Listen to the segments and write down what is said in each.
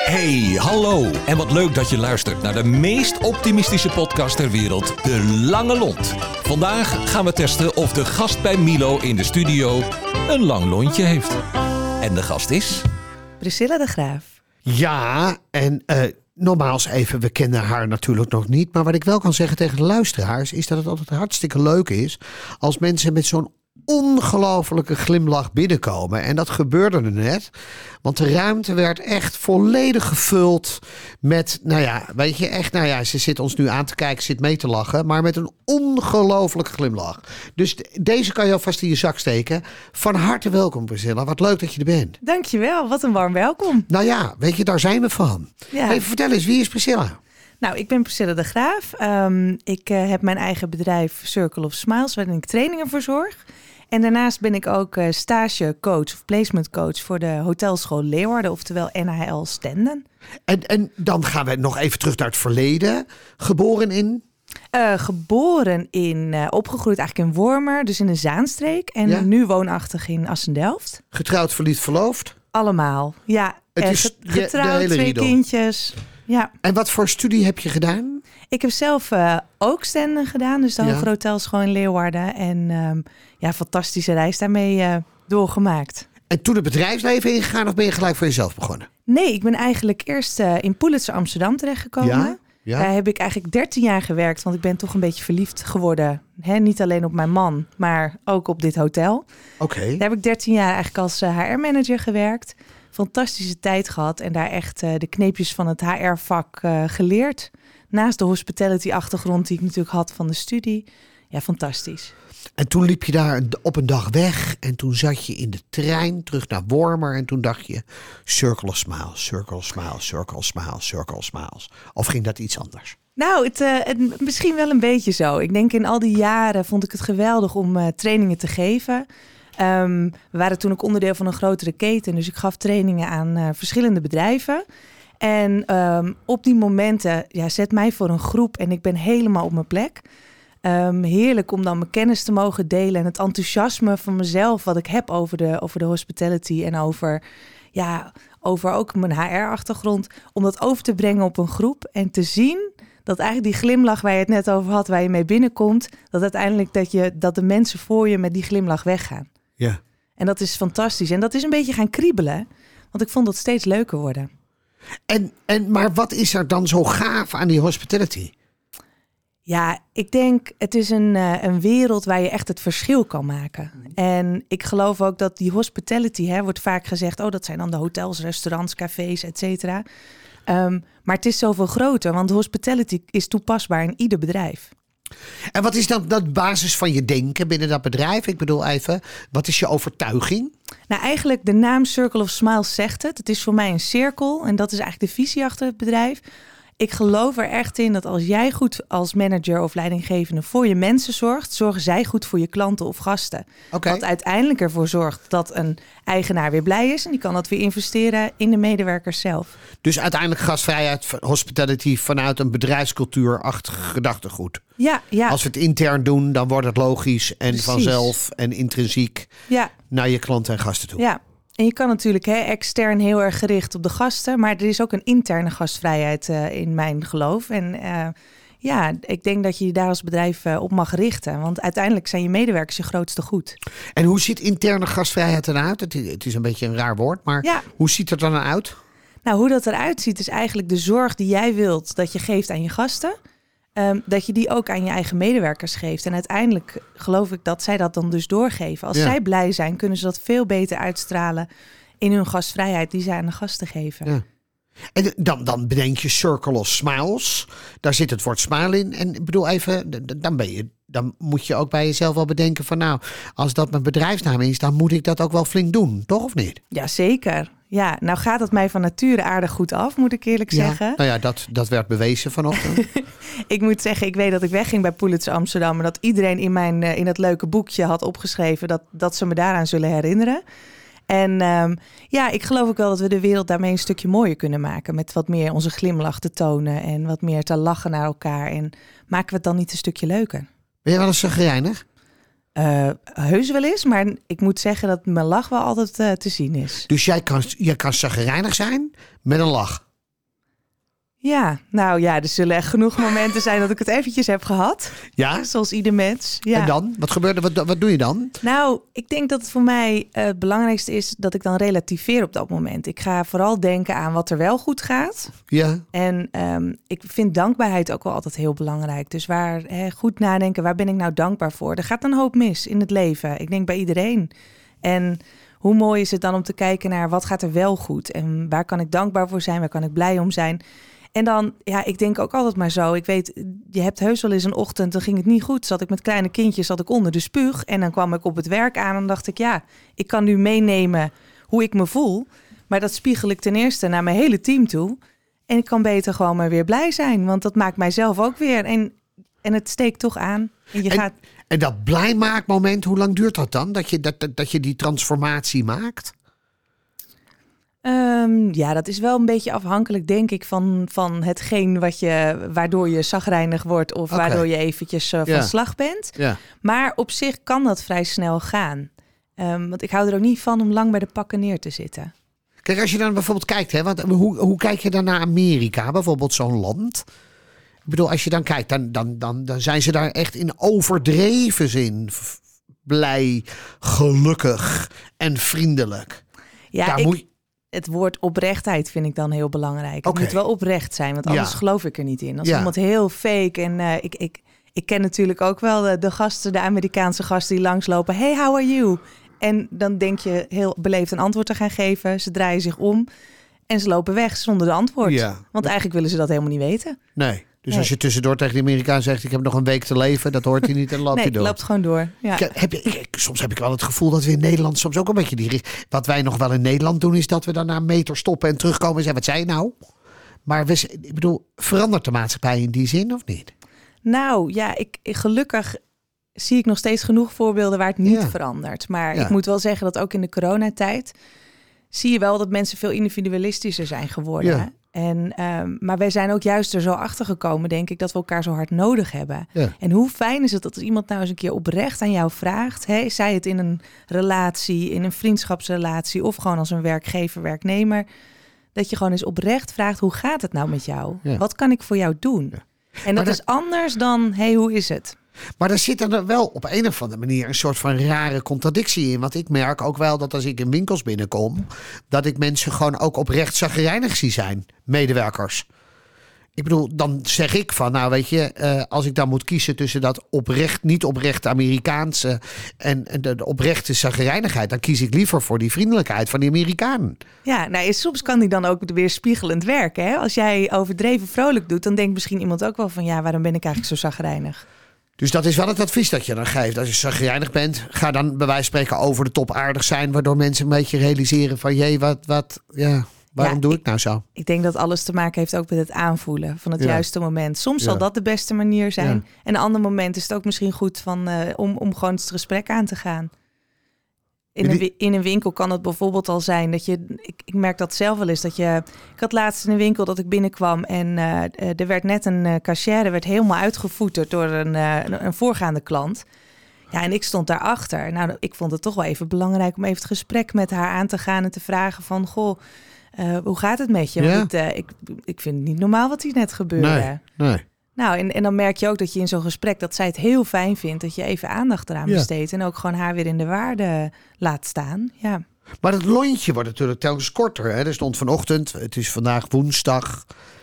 Hey, hallo. En wat leuk dat je luistert naar de meest optimistische podcast ter wereld, De Lange Lont. Vandaag gaan we testen of de gast bij Milo in de studio een lang lontje heeft. En de gast is... Priscilla de Graaf. Ja, en nogmaals even, we kennen haar natuurlijk nog niet. Maar wat ik wel kan zeggen tegen de luisteraars is dat het altijd hartstikke leuk is als mensen met zo'n ongelofelijke glimlach binnenkomen. En dat gebeurde er net. Want de ruimte werd echt volledig gevuld met, ze zit ons nu aan te kijken, zit mee te lachen. Maar met een ongelofelijke glimlach. Dus deze kan je alvast in je zak steken. Van harte welkom, Priscilla. Wat leuk dat je er bent. Dankjewel, wat een warm welkom. Nou ja, weet je, daar zijn we van. Ja. Even vertel eens, wie is Priscilla? Nou, ik ben Priscilla de Graaf. Ik heb mijn eigen bedrijf Circle of Smiles, waarin ik trainingen verzorg. En daarnaast ben ik ook stagecoach of placementcoach voor de hotelschool Leeuwarden, oftewel NHL Stenden. En dan gaan we nog even terug naar het verleden. Geboren in? Opgegroeid eigenlijk in Wormer, dus in de Zaanstreek. En nu woonachtig in Assendelft. Getrouwd, verliefd, verloofd? Allemaal, ja. Het is getrouwd, de 2 riedel. Kindjes. Ja. En wat voor studie heb je gedaan? Ik heb zelf ook Stenden gedaan, dus de Hogere Hotelschool in Leeuwarden. En fantastische reis daarmee doorgemaakt. En toen het bedrijfsleven ingegaan of ben je gelijk voor jezelf begonnen? Nee, ik ben eigenlijk eerst in Pulitzer Amsterdam terechtgekomen. Ja. Daar heb ik eigenlijk 13 jaar gewerkt, want ik ben toch een beetje verliefd geworden. Niet alleen op mijn man, maar ook op dit hotel. Oké. Daar heb ik 13 jaar eigenlijk als HR-manager gewerkt. Fantastische tijd gehad en daar echt de kneepjes van het HR-vak geleerd. Naast de hospitality-achtergrond die ik natuurlijk had van de studie. Ja, fantastisch. En toen liep je daar op een dag weg en toen zat je in de trein terug naar Wormer en toen dacht je Circle of Smiles, Circle of Smiles, Circle of Smiles, Circle of Smiles. Of ging dat iets anders? Nou, het misschien wel een beetje zo. Ik denk in al die jaren vond ik het geweldig om trainingen te geven. We waren toen ook onderdeel van een grotere keten, dus ik gaf trainingen aan verschillende bedrijven. En op die momenten, zet mij voor een groep en ik ben helemaal op mijn plek. Heerlijk om dan mijn kennis te mogen delen en het enthousiasme van mezelf wat ik heb over de hospitality en over ook mijn HR-achtergrond. Om dat over te brengen op een groep en te zien dat eigenlijk die glimlach waar je het net over had, waar je mee binnenkomt, dat uiteindelijk dat de mensen voor je met die glimlach weggaan. Ja. En dat is fantastisch. En dat is een beetje gaan kriebelen, want ik vond dat steeds leuker worden. Maar wat is er dan zo gaaf aan die hospitality? Ja, ik denk het is een wereld waar je echt het verschil kan maken. En ik geloof ook dat die hospitality, wordt vaak gezegd, dat zijn dan de hotels, restaurants, cafés, et cetera. Maar het is zoveel groter, want hospitality is toepasbaar in ieder bedrijf. En wat is dan dat basis van je denken binnen dat bedrijf? Ik bedoel even, wat is je overtuiging? Nou, eigenlijk de naam Circle of Smiles zegt het. Het is voor mij een cirkel en dat is eigenlijk de visie achter het bedrijf. Ik geloof er echt in dat als jij goed als manager of leidinggevende voor je mensen zorgt, zorgen zij goed voor je klanten of gasten. Okay. Wat uiteindelijk ervoor zorgt dat een eigenaar weer blij is en die kan dat weer investeren in de medewerkers zelf. Dus uiteindelijk gastvrijheid, hospitality vanuit een bedrijfscultuur-achtig gedachtegoed. Ja. Als we het intern doen, dan wordt het logisch en vanzelf en intrinsiek naar je klanten en gasten toe. Ja. En je kan natuurlijk extern heel erg gericht op de gasten, maar er is ook een interne gastvrijheid in mijn geloof. En ik denk dat je je daar als bedrijf op mag richten, want uiteindelijk zijn je medewerkers je grootste goed. En hoe ziet interne gastvrijheid eruit? Het is een beetje een raar woord, maar hoe ziet het er dan uit? Nou, hoe dat eruit ziet is eigenlijk de zorg die jij wilt dat je geeft aan je gasten. Dat je die ook aan je eigen medewerkers geeft. En uiteindelijk geloof ik dat zij dat dan dus doorgeven. Als zij blij zijn, kunnen ze dat veel beter uitstralen in hun gastvrijheid die zij aan de gasten geven. Ja. En dan bedenk je Circle of Smiles. Daar zit het woord smile in. En ik bedoel even, dan moet je ook bij jezelf wel bedenken van nou, als dat mijn bedrijfsnaam is, dan moet ik dat ook wel flink doen, toch of niet? Ja, zeker. Ja, nou gaat het mij van nature aardig goed af, moet ik eerlijk zeggen. Nou ja, dat werd bewezen vanochtend. Ik moet zeggen, ik weet dat ik wegging bij Pulitzer Amsterdam en dat iedereen in dat leuke boekje had opgeschreven dat ze me daaraan zullen herinneren. En ik geloof ook wel dat we de wereld daarmee een stukje mooier kunnen maken. Met wat meer onze glimlach te tonen en wat meer te lachen naar elkaar. En maken we het dan niet een stukje leuker? Ben je wel eens chagrijnig? Heus wel eens, maar ik moet zeggen dat mijn lach wel altijd te zien is. Dus jij kan chagrijnig zijn met een lach? Ja, nou ja, er zullen echt genoeg momenten zijn dat ik het eventjes heb gehad. Ja? Zoals ieder mens. Ja. En dan? Wat gebeurde? Wat doe je dan? Nou, ik denk dat het voor mij het belangrijkste is dat ik dan relativeer op dat moment. Ik ga vooral denken aan wat er wel goed gaat. Ja. En ik vind dankbaarheid ook wel altijd heel belangrijk. Dus goed nadenken, waar ben ik nou dankbaar voor? Er gaat een hoop mis in het leven. Ik denk bij iedereen. En hoe mooi is het dan om te kijken naar wat gaat er wel goed? En waar kan ik dankbaar voor zijn? Waar kan ik blij om zijn? En dan, ik denk ook altijd maar zo. Ik weet, je hebt heus wel eens een ochtend, dan ging het niet goed. Zat ik met kleine kindjes, zat ik onder de spuug. En dan kwam ik op het werk aan en dacht ik, ik kan nu meenemen hoe ik me voel. Maar dat spiegel ik ten eerste naar mijn hele team toe. En ik kan beter gewoon maar weer blij zijn. Want dat maakt mijzelf ook weer. En het steekt toch aan. En dat blijmaakmoment, hoe lang duurt dat dan? Dat je die transformatie maakt? Dat is wel een beetje afhankelijk, denk ik, van hetgeen waardoor je chagrijnig wordt of waardoor je eventjes van slag bent. Ja. Maar op zich kan dat vrij snel gaan. Want ik hou er ook niet van om lang bij de pakken neer te zitten. Kijk, als je dan bijvoorbeeld kijkt, hoe kijk je dan naar Amerika, bijvoorbeeld zo'n land? Ik bedoel, als je dan kijkt, dan zijn ze daar echt in overdreven zin blij, gelukkig en vriendelijk. Ja, het woord oprechtheid vind ik dan heel belangrijk. Het moet wel oprecht zijn, want anders geloof ik er niet in. Als iemand heel fake en ik ken natuurlijk ook wel de gasten, de Amerikaanse gasten die langslopen. Hey, how are you? En dan denk je heel beleefd een antwoord te gaan geven. Ze draaien zich om en ze lopen weg zonder de antwoord. Ja. Want eigenlijk willen ze dat helemaal niet weten. Nee. Dus als je tussendoor tegen de Amerikaan zegt, ik heb nog een week te leven, dat hoort hij niet en loopt hij door. Loopt gewoon door. Ja. Soms heb ik wel het gevoel dat we in Nederland soms ook een beetje wat wij nog wel in Nederland doen, is dat we dan na een meter stoppen en terugkomen en zeggen, wat zei je nou? Maar ik bedoel, verandert de maatschappij in die zin of niet? Nou ja, gelukkig zie ik nog steeds genoeg voorbeelden waar het niet verandert. Maar ik moet wel zeggen dat ook in de coronatijd zie je wel dat mensen veel individualistischer zijn geworden. Ja. Maar wij zijn ook juist er zo achter gekomen, denk ik, dat we elkaar zo hard nodig hebben. Ja. En hoe fijn is het dat als iemand nou eens een keer oprecht aan jou vraagt, zij het in een relatie, in een vriendschapsrelatie of gewoon als een werkgever-werknemer, dat je gewoon eens oprecht vraagt, hoe gaat het nou met jou? Ja. Wat kan ik voor jou doen? Ja. En dat is anders dan, hoe is het? Maar er zit er wel op een of andere manier een soort van rare contradictie in. Want ik merk ook wel dat als ik in winkels binnenkom, dat ik mensen gewoon ook oprecht chagrijnig zie zijn, medewerkers. Ik bedoel, dan zeg ik van, nou weet je, als ik dan moet kiezen tussen dat niet oprecht Amerikaanse en de oprechte chagrijnigheid, dan kies ik liever voor die vriendelijkheid van die Amerikanen. Ja, nou soms kan die dan ook weer spiegelend werken. Hè? Als jij overdreven vrolijk doet, dan denkt misschien iemand ook wel van, waarom ben ik eigenlijk zo chagrijnig? Dus dat is wel het advies dat je dan geeft. Als je chagrijnig bent, ga dan bij wijze van spreken over de top aardig zijn, waardoor mensen een beetje realiseren van, waarom doe ik nou zo? Ik denk dat alles te maken heeft ook met het aanvoelen van het juiste moment. Soms zal dat de beste manier zijn. Ja. En een ander moment is het ook misschien goed om gewoon het gesprek aan te gaan. In een winkel kan het bijvoorbeeld al zijn dat je... Ik merk dat zelf wel eens. Ik had laatst in een winkel dat ik binnenkwam en er werd net een cashier werd helemaal uitgevoeterd door een voorgaande klant. Ja, en ik stond daarachter. Nou, ik vond het toch wel even belangrijk om even het gesprek met haar aan te gaan en te vragen van, goh, hoe gaat het met je? Ja. Want ik vind het niet normaal wat hier net gebeurde. Nee. Nou, en dan merk je ook dat je in zo'n gesprek, dat zij het heel fijn vindt, dat je even aandacht eraan besteedt en ook gewoon haar weer in de waarde laat staan. Ja. Maar het lontje wordt natuurlijk telkens korter. Hè? Er stond vanochtend, het is vandaag woensdag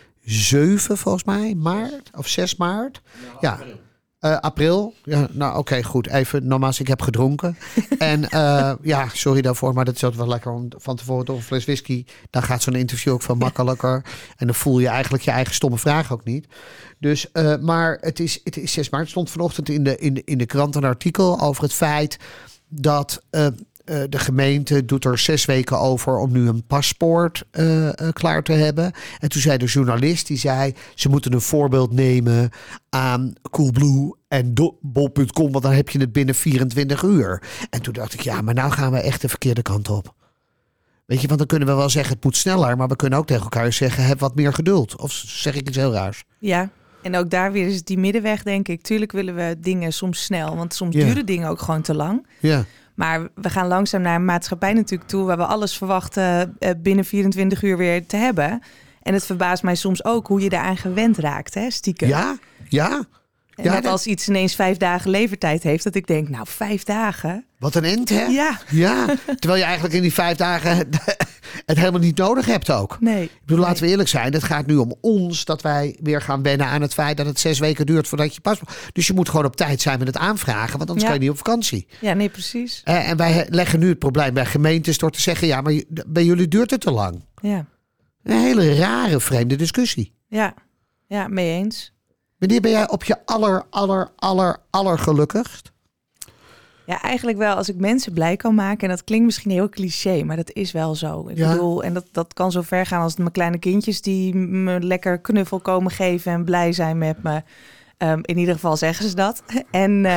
7 volgens mij, maart of 6 maart. Ja. April. Ja, nou oké, goed. Even nogmaals, ik heb gedronken. En sorry daarvoor, maar dat is ook wel lekker om van tevoren door een fles whisky. Dan gaat zo'n interview ook veel makkelijker. En dan voel je eigenlijk je eigen stomme vraag ook niet. Dus, maar het is 6 maart. Er stond vanochtend in de krant een artikel over het feit dat de gemeente doet er 6 weken over om nu een paspoort klaar te hebben. En toen zei de journalist, die zei, ze moeten een voorbeeld nemen aan Coolblue en bol.com, want dan heb je het binnen 24 uur. En toen dacht ik, maar nou gaan we echt de verkeerde kant op. Weet je, want dan kunnen we wel zeggen, het moet sneller, maar we kunnen ook tegen elkaar zeggen, heb wat meer geduld. Of zeg ik iets heel raars? Ja. En ook daar weer is het die middenweg, denk ik. Tuurlijk willen we dingen soms snel, want soms duren dingen ook gewoon te lang. Ja. Maar we gaan langzaam naar een maatschappij natuurlijk toe, waar we alles verwachten binnen 24 uur weer te hebben. En het verbaast mij soms ook hoe je daaraan gewend raakt, hè, stiekem. Ja. En dat als iets ineens 5 dagen levertijd heeft, dat ik denk, nou 5 dagen? Wat een end, hè? Ja. Terwijl je eigenlijk in die 5 dagen het helemaal niet nodig hebt ook. Nee. Ik bedoel, laten we eerlijk zijn. Het gaat nu om ons dat wij weer gaan wennen aan het feit dat het 6 weken duurt voordat je paspoort. Dus je moet gewoon op tijd zijn met het aanvragen, want anders kan je niet op vakantie. Ja, nee, precies. En wij leggen nu het probleem bij gemeentes door te zeggen, ja, maar bij jullie duurt het te lang. Ja. Een hele rare, vreemde discussie. Ja, mee eens. Wanneer ben jij op je aller gelukkigst? Ja, eigenlijk wel als ik mensen blij kan maken. En dat klinkt misschien heel cliché, maar dat is wel zo. Ik bedoel, en dat kan zo ver gaan als mijn kleine kindjes die me lekker knuffel komen geven en blij zijn met me. In ieder geval zeggen ze dat. En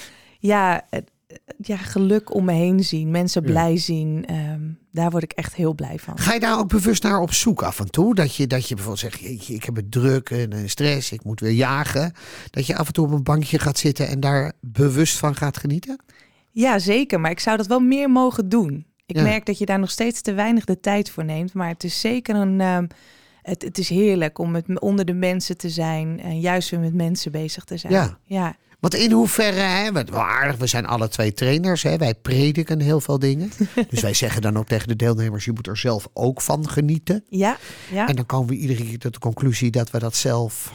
geluk om me heen zien, mensen blij zien. Daar word ik echt heel blij van. Ga je daar ook bewust naar op zoek af en toe? Dat je bijvoorbeeld zegt, jeetje, ik heb het druk en stress, ik moet weer jagen. Dat je af en toe op een bankje gaat zitten en daar bewust van gaat genieten? Ja, zeker. Maar ik zou dat wel meer mogen doen. Ik merk dat je daar nog steeds te weinig de tijd voor neemt. Maar het is zeker het is heerlijk om onder de mensen te zijn. En juist weer met mensen bezig te zijn. Ja. Want in hoeverre, wel aardig, we zijn alle 2 trainers. Hè? Wij prediken heel veel dingen. Dus wij zeggen dan ook tegen de deelnemers, je moet er zelf ook van genieten. Ja. En dan komen we iedere keer tot de conclusie dat we dat zelf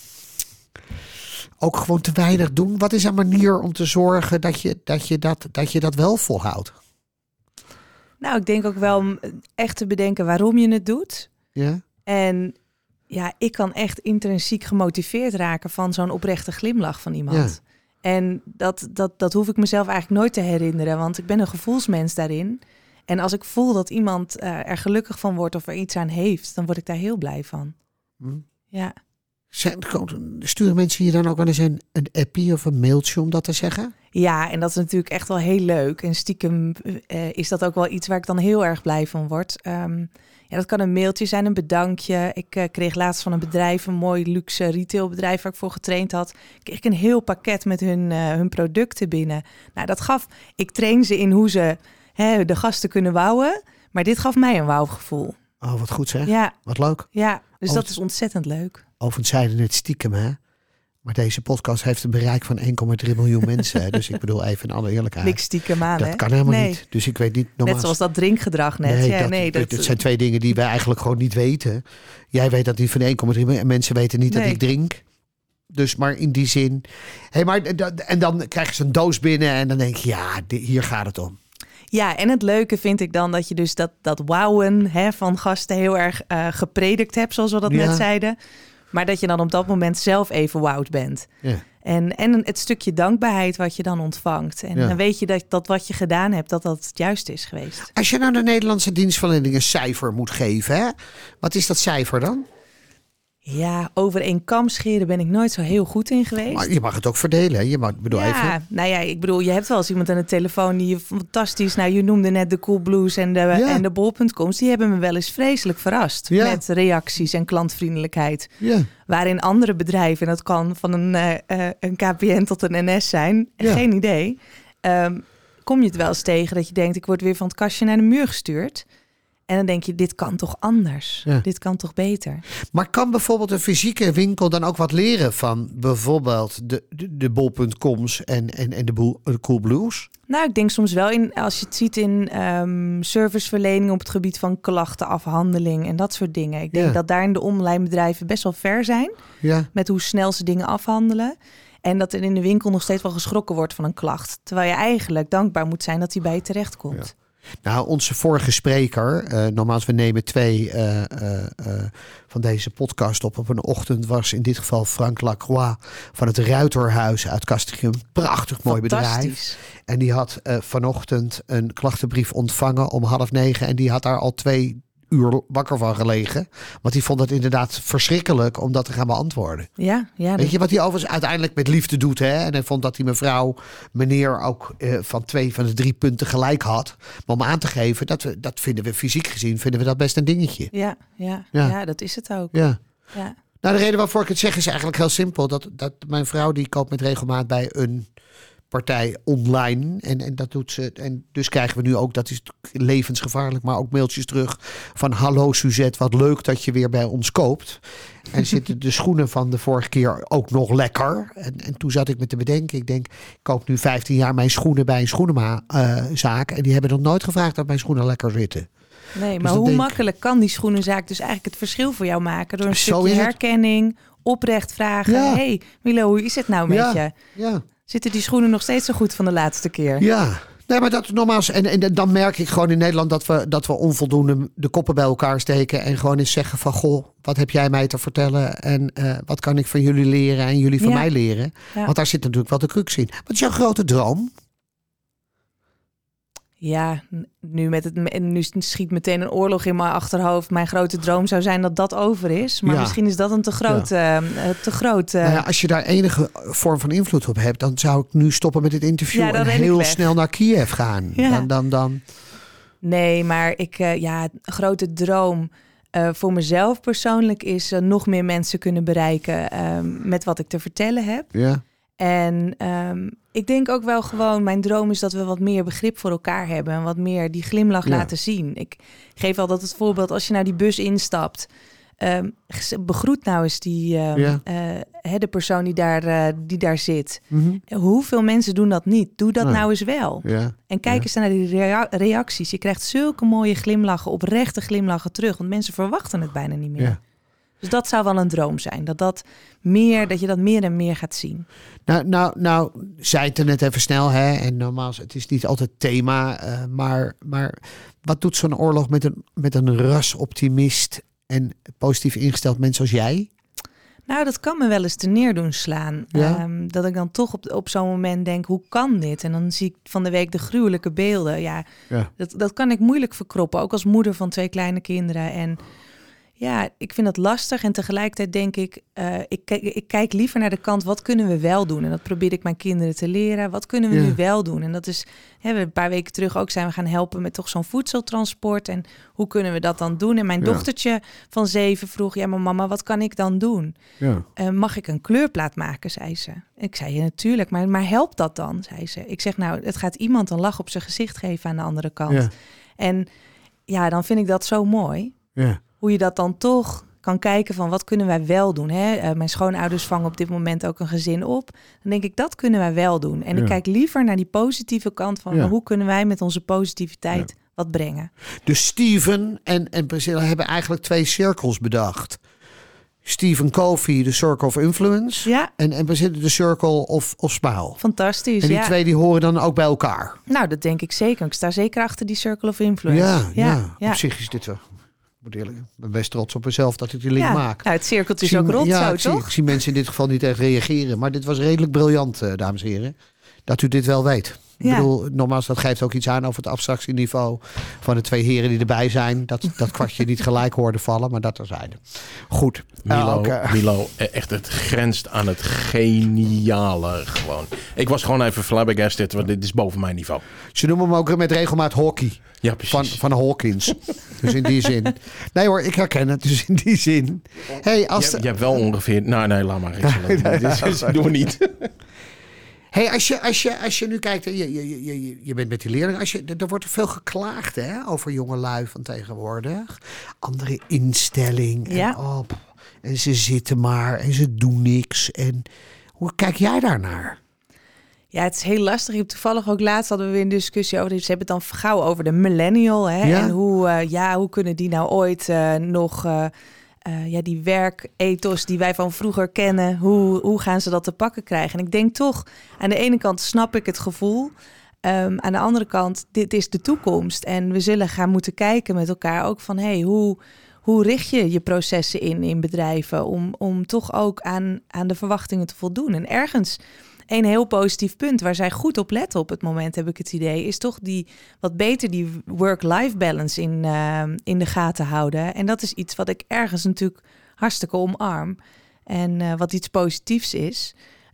ook gewoon te weinig doen. Wat is een manier om te zorgen dat je dat wel volhoudt? Nou, ik denk ook wel om echt te bedenken waarom je het doet. Ja. En ja, ik kan echt intrinsiek gemotiveerd raken van zo'n oprechte glimlach van iemand. Ja. En dat hoef ik mezelf eigenlijk nooit te herinneren, want ik ben een gevoelsmens daarin. En als ik voel dat iemand er gelukkig van wordt of er iets aan heeft, dan word ik daar heel blij van. Ja. Sturen mensen je dan ook wel eens een appie of een mailtje om dat te zeggen? Ja, en dat is natuurlijk echt wel heel leuk. En stiekem is dat ook wel iets waar ik dan heel erg blij van word. Dat kan een mailtje zijn, een bedankje. Ik kreeg laatst van een bedrijf, een mooi luxe retailbedrijf waar ik voor getraind had, kreeg ik een heel pakket met hun producten binnen. Nou, ik train ze in hoe ze de gasten kunnen wouwen, maar dit gaf mij een wauwgevoel. Oh, wat goed zeg. Ja. Wat leuk. Ja, dus dat is ontzettend leuk. Overigens zeiden het stiekem, hè? Maar deze podcast heeft een bereik van 1,3 miljoen mensen. Dus ik bedoel even in alle eerlijkheid. Niks stiekem aan, dat kan helemaal niet. Dus ik weet niet. Net zoals dat drinkgedrag net. Dat zijn 2 dingen die wij eigenlijk gewoon niet weten. Jij weet dat die van 1,3 miljoen en mensen weten niet dat ik drink. Dus maar in die zin. En dan krijg je zo'n doos binnen en dan denk je, hier gaat het om. Ja, en het leuke vind ik dan dat je dus dat wauwen van gasten heel erg gepredikt hebt, zoals we dat net zeiden. Maar dat je dan op dat moment zelf even wauwd bent. Ja. En het stukje dankbaarheid wat je dan ontvangt. En dan weet je dat wat je gedaan hebt, dat het juist is geweest. Als je nou de Nederlandse dienstverlening een cijfer moet geven, hè? Wat is dat cijfer dan? Ja, over één kam scheren ben ik nooit zo heel goed in geweest. Maar je mag het ook verdelen. Ik bedoel, je hebt wel eens iemand aan de telefoon die je fantastisch... Nou, je noemde net de Coolblues en de bol.coms. Die hebben me wel eens vreselijk verrast met reacties en klantvriendelijkheid. Ja. Waarin andere bedrijven, en dat kan van een KPN tot een NS zijn, geen idee. Kom je het wel eens tegen dat je denkt, ik word weer van het kastje naar de muur gestuurd. En dan denk je, dit kan toch anders? Ja. Dit kan toch beter? Maar kan bijvoorbeeld een fysieke winkel dan ook wat leren van bijvoorbeeld de bol.coms en de Coolblues? Nou, ik denk soms wel als je het ziet in serviceverlening op het gebied van klachtenafhandeling en dat soort dingen. Ik denk dat daar in de online bedrijven best wel ver zijn met hoe snel ze dingen afhandelen. En dat er in de winkel nog steeds wel geschrokken wordt van een klacht. Terwijl je eigenlijk dankbaar moet zijn dat die bij je terechtkomt. Ja. Nou, onze vorige spreker, nogmaals, we nemen 2 van deze podcast op een ochtend, was in dit geval Frank Lacroix van het Ruiterhuis uit Castricum. Prachtig mooi bedrijf. En die had vanochtend een klachtenbrief ontvangen om 8:30 en die had daar al 2 uur wakker van gelegen. Want die vond het inderdaad verschrikkelijk om dat te gaan beantwoorden. Ja, weet je wat hij overigens uiteindelijk met liefde doet? Hè? En hij vond dat die meneer ook van 2 van de 3 punten gelijk had. Maar om aan te geven, dat vinden we fysiek gezien, vinden we dat best een dingetje. Ja, dat is het ook. Ja. Nou, de reden waarvoor ik het zeg is eigenlijk heel simpel. Dat mijn vrouw die koopt met regelmaat bij een partij online. En dat doet ze. En dus krijgen we nu ook, dat is levensgevaarlijk, maar ook mailtjes terug van: hallo Suzette, wat leuk dat je weer bij ons koopt. En zitten de schoenen van de vorige keer ook nog lekker. En toen zat ik me te bedenken. Ik denk, ik koop nu 15 jaar mijn schoenen bij een schoenenzaak. En die hebben nog nooit gevraagd dat mijn schoenen lekker zitten. Nee, maar hoe makkelijk kan die schoenenzaak dus eigenlijk het verschil voor jou maken? Door een stukje herkenning, oprecht vragen. Ja. Hey Milo, hoe is het nou met je? Ja. Zitten die schoenen nog steeds zo goed van de laatste keer? Ja. Nee, maar dat nogmaals. En dan merk ik gewoon in Nederland dat we onvoldoende de koppen bij elkaar steken. En gewoon eens zeggen van: goh, wat heb jij mij te vertellen? En wat kan ik van jullie leren en jullie van mij leren? Ja. Want daar zit natuurlijk wel de crux in. Wat is jouw grote droom? Ja, nu schiet meteen een oorlog in mijn achterhoofd. Mijn grote droom zou zijn dat dat over is. Maar misschien is dat een te groot... Nou ja, als je daar enige vorm van invloed op hebt, dan zou ik nu stoppen met dit interview en heel snel naar Kiev gaan. Ja. Dan... Nee, maar een grote droom voor mezelf persoonlijk is nog meer mensen kunnen bereiken met wat ik te vertellen heb. Ja. En ik denk ook wel gewoon, mijn droom is dat we wat meer begrip voor elkaar hebben. En wat meer die glimlach laten zien. Ik geef altijd het voorbeeld, als je nou die bus instapt. Begroet nou eens de persoon die daar zit. Mm-hmm. Hoeveel mensen doen dat niet? Doe dat nou eens wel. Ja. En kijk eens naar die reacties. Je krijgt zulke mooie glimlachen, oprechte glimlachen terug. Want mensen verwachten het bijna niet meer. Ja. Dus dat zou wel een droom zijn. Dat je dat meer en meer gaat zien. Nou, zei het er net even snel, hè? En normaal, het is niet altijd thema. Maar wat doet zo'n oorlog met een rasoptimist en positief ingesteld mens als jij? Nou, dat kan me wel eens te neer doen slaan. Ja? Dat ik dan toch op zo'n moment denk, hoe kan dit? En dan zie ik van de week de gruwelijke beelden. Ja. Dat kan ik moeilijk verkroppen. Ook als moeder van 2 kleine kinderen. En ja, ik vind dat lastig. En tegelijkertijd denk ik, ik kijk liever naar de kant, wat kunnen we wel doen? En dat probeer ik mijn kinderen te leren. Wat kunnen we nu wel doen? En dat is, we een paar weken terug ook zijn we gaan helpen met toch zo'n voedseltransport. En hoe kunnen we dat dan doen? En mijn dochtertje van 7 vroeg, ja, maar mama, wat kan ik dan doen? Ja. Mag ik een kleurplaat maken, zei ze. Ik zei, ja, natuurlijk, maar helpt dat dan, zei ze. Ik zeg, nou, het gaat iemand een lach op zijn gezicht geven aan de andere kant. Ja. En ja, dan vind ik dat zo mooi. Ja. Hoe je dat dan toch kan kijken van, wat kunnen wij wel doen? Hè? Mijn schoonouders vangen op dit moment ook een gezin op. Dan denk ik, dat kunnen wij wel doen. En ik kijk liever naar die positieve kant van, hoe kunnen wij met onze positiviteit wat brengen? Dus Stephen en Priscilla hebben eigenlijk 2 cirkels bedacht. Stephen Covey, de Circle of Influence. Ja. En Priscilla, de Circle of Smile. Fantastisch, en die 2 die horen dan ook bij elkaar. Nou, dat denk ik zeker. Ik sta zeker achter die Circle of Influence. Ja. Op zich is dit wel... Ik ben best trots op mezelf dat ik die link maak. Nou, het cirkeltje is ook rot zo, toch? Ik zie mensen in dit geval niet echt reageren. Maar dit was redelijk briljant, dames en heren. Dat u dit wel weet. Ik bedoel, nogmaals, dat geeft ook iets aan over het abstractieniveau van de 2 heren die erbij zijn. Dat kwartje niet gelijk hoorde vallen, maar dat terzijde. Goed. Milo, echt, het grenst aan het geniale gewoon. Ik was gewoon even flabbergasted, want dit is boven mijn niveau. Ze noemen hem ook met regelmaat hockey. Ja, precies. Van Hawkins. Dus in die zin. Nee hoor, ik herken het. Dus in die zin. Hey, je hebt wel ongeveer... Nou, nee, laat maar. Doen we niet. Hey, als je nu kijkt, je bent met die leerlingen. Er wordt veel geklaagd over jongelui van tegenwoordig. Andere instelling. Ja. En ze zitten maar en ze doen niks. En hoe kijk jij daarnaar? Ja, het is heel lastig. Toevallig ook laatst hadden we weer een discussie over. Ze hebben het dan gauw over de millennial. Hè? Ja? En hoe kunnen die nou ooit nog... die werkethos die wij van vroeger kennen, hoe gaan ze dat te pakken krijgen? En ik denk toch, aan de ene kant snap ik het gevoel. Aan de andere kant, dit is de toekomst. En we zullen gaan moeten kijken met elkaar ook van... hoe richt je je processen in bedrijven om toch ook aan de verwachtingen te voldoen? En ergens... Een heel positief punt waar zij goed op letten op het moment, heb ik het idee, is toch wat beter die work-life balance in de gaten houden. En dat is iets wat ik ergens natuurlijk hartstikke omarm. En wat iets positiefs is.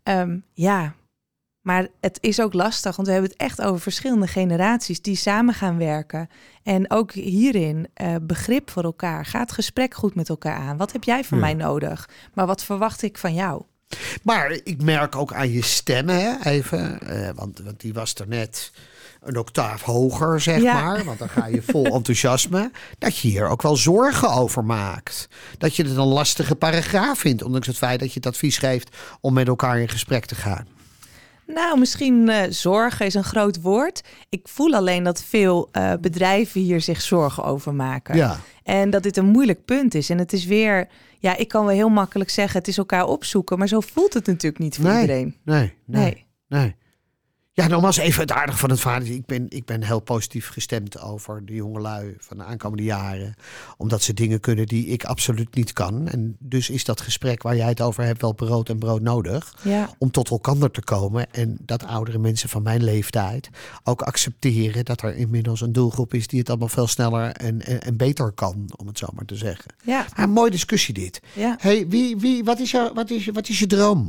Maar het is ook lastig, want we hebben het echt over verschillende generaties die samen gaan werken. En ook hierin begrip voor elkaar. Ga het gesprek goed met elkaar aan. Wat heb jij van mij nodig? Maar wat verwacht ik van jou? Maar ik merk ook aan je stem, hè, even. Want die was er net een octaaf hoger, zeg maar. Want dan ga je vol enthousiasme. Dat je hier ook wel zorgen over maakt. Dat je het een lastige paragraaf vindt. Ondanks het feit dat je het advies geeft om met elkaar in gesprek te gaan. Nou, misschien zorgen is een groot woord. Ik voel alleen dat veel bedrijven hier zich zorgen over maken. Ja. En dat dit een moeilijk punt is. En het is weer, ik kan wel heel makkelijk zeggen, het is elkaar opzoeken. Maar zo voelt het natuurlijk niet voor iedereen. Nee. Ja, nogmaals even het aardige van het verhaal. Ik ben heel positief gestemd over de jongelui van de aankomende jaren. Omdat ze dingen kunnen die ik absoluut niet kan. En dus is dat gesprek waar jij het over hebt wel brood en brood nodig. Ja. Om tot elkaar te komen. En dat oudere mensen van mijn leeftijd ook accepteren dat er inmiddels een doelgroep is die het allemaal veel sneller en beter kan. Om het zo maar te zeggen. Ja. Een mooie discussie dit. Ja. Hey, wat is je droom?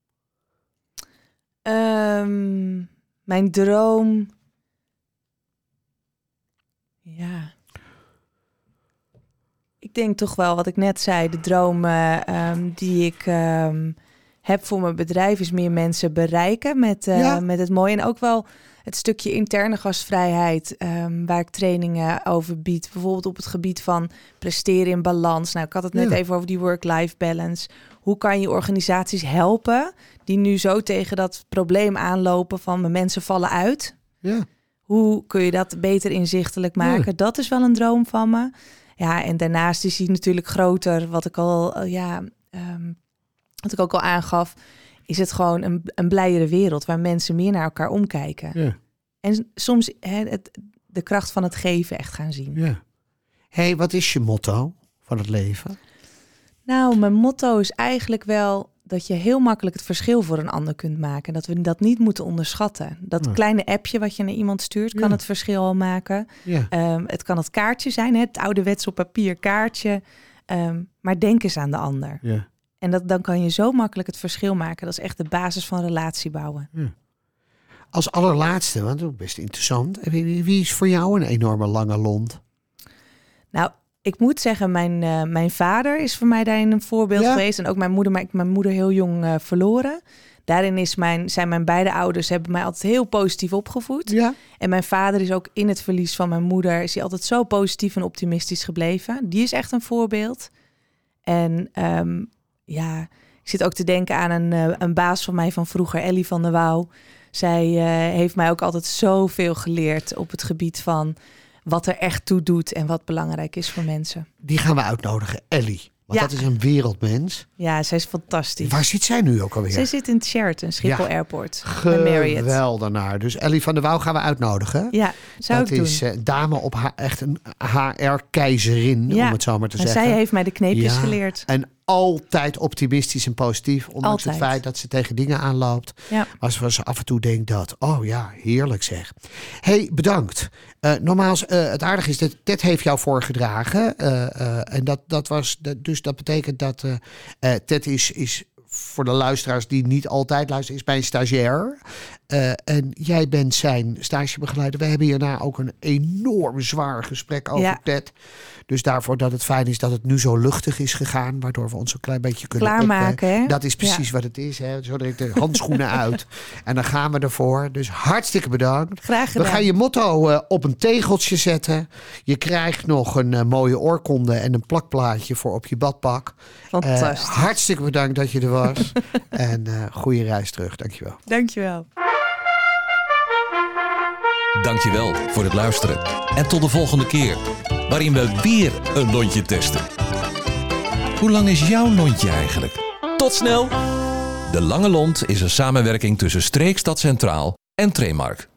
Mijn droom. Ja. Ik denk toch wel wat ik net zei. De droom die ik heb voor mijn bedrijf is meer mensen bereiken met het mooie. En ook wel het stukje interne gastvrijheid waar ik trainingen over bied. Bijvoorbeeld op het gebied van presteren in balans. Nou, ik had het net even over die work-life balance. Hoe kan je organisaties helpen die nu zo tegen dat probleem aanlopen van mijn mensen vallen uit? Ja. Hoe kun je dat beter inzichtelijk maken? Ja. Dat is wel een droom van me. Ja, en daarnaast is hij natuurlijk groter. Wat ik ook al aangaf, is het gewoon een blijere wereld waar mensen meer naar elkaar omkijken. Ja. En soms de kracht van het geven echt gaan zien. Ja. Hey, wat is je motto van het leven? Nou, mijn motto is eigenlijk wel dat je heel makkelijk het verschil voor een ander kunt maken. Dat we dat niet moeten onderschatten. Dat kleine appje wat je naar iemand stuurt, kan het verschil al maken. Ja. Het kan het kaartje zijn, het ouderwets op papier kaartje. Maar denk eens aan de ander. Ja. En dan kan je zo makkelijk het verschil maken. Dat is echt de basis van relatie bouwen. Ja. Als allerlaatste, want dat is best interessant. Wie is voor jou een enorme lange lont? Nou, ik moet zeggen, mijn vader is voor mij daarin een voorbeeld geweest. En ook mijn moeder, maar ik heb mijn moeder heel jong verloren. Daarin zijn mijn beide ouders hebben mij altijd heel positief opgevoed. Ja. En mijn vader is ook in het verlies van mijn moeder, is hij altijd zo positief en optimistisch gebleven. Die is echt een voorbeeld. En ik zit ook te denken aan een baas van mij van vroeger, Ellie van der Wouw. Zij heeft mij ook altijd zoveel geleerd op het gebied van wat er echt toe doet en wat belangrijk is voor mensen. Die gaan we uitnodigen, Ellie. Want dat is een wereldmens. Ja, zij is fantastisch. Waar zit zij nu ook alweer? Zij zit in Sheraton, Schiphol Airport. Geweldig naar. Dus Ellie van der Wouw gaan we uitnodigen. Ja, zou ik doen. Dat is dame op echt een HR-keizerin, om het zo maar te zeggen. Zij heeft mij de kneepjes geleerd. En altijd optimistisch en positief. Ondanks het feit dat ze tegen dingen aanloopt. Ja. Maar ze af en toe denkt dat, heerlijk zeg. Hey, bedankt. Nogmaals, het aardige is dat Ted heeft jou voorgedragen. En dat betekent dat Ted is voor de luisteraars die niet altijd luisteren, is mijn stagiair. En jij bent zijn stagebegeleider. We hebben hierna ook een enorm zwaar gesprek over Ted. Dus daarvoor dat het fijn is dat het nu zo luchtig is gegaan, waardoor we ons een klein beetje kunnen klaarmaken. Dat is precies wat het is. Hè? Zo direct de handschoenen uit. En dan gaan we ervoor. Dus hartstikke bedankt. Graag gedaan. We gaan je motto op een tegeltje zetten. Je krijgt nog een mooie oorkonde en een plakplaatje voor op je badpak. Fantastisch. Hartstikke bedankt dat je er was. En goede reis terug. Dankjewel. Dankjewel. Dankjewel voor het luisteren. En tot de volgende keer, waarin we weer een lontje testen. Hoe lang is jouw lontje eigenlijk? Tot snel! De Lange Lont is een samenwerking tussen Streekstad Centraal en Tremark.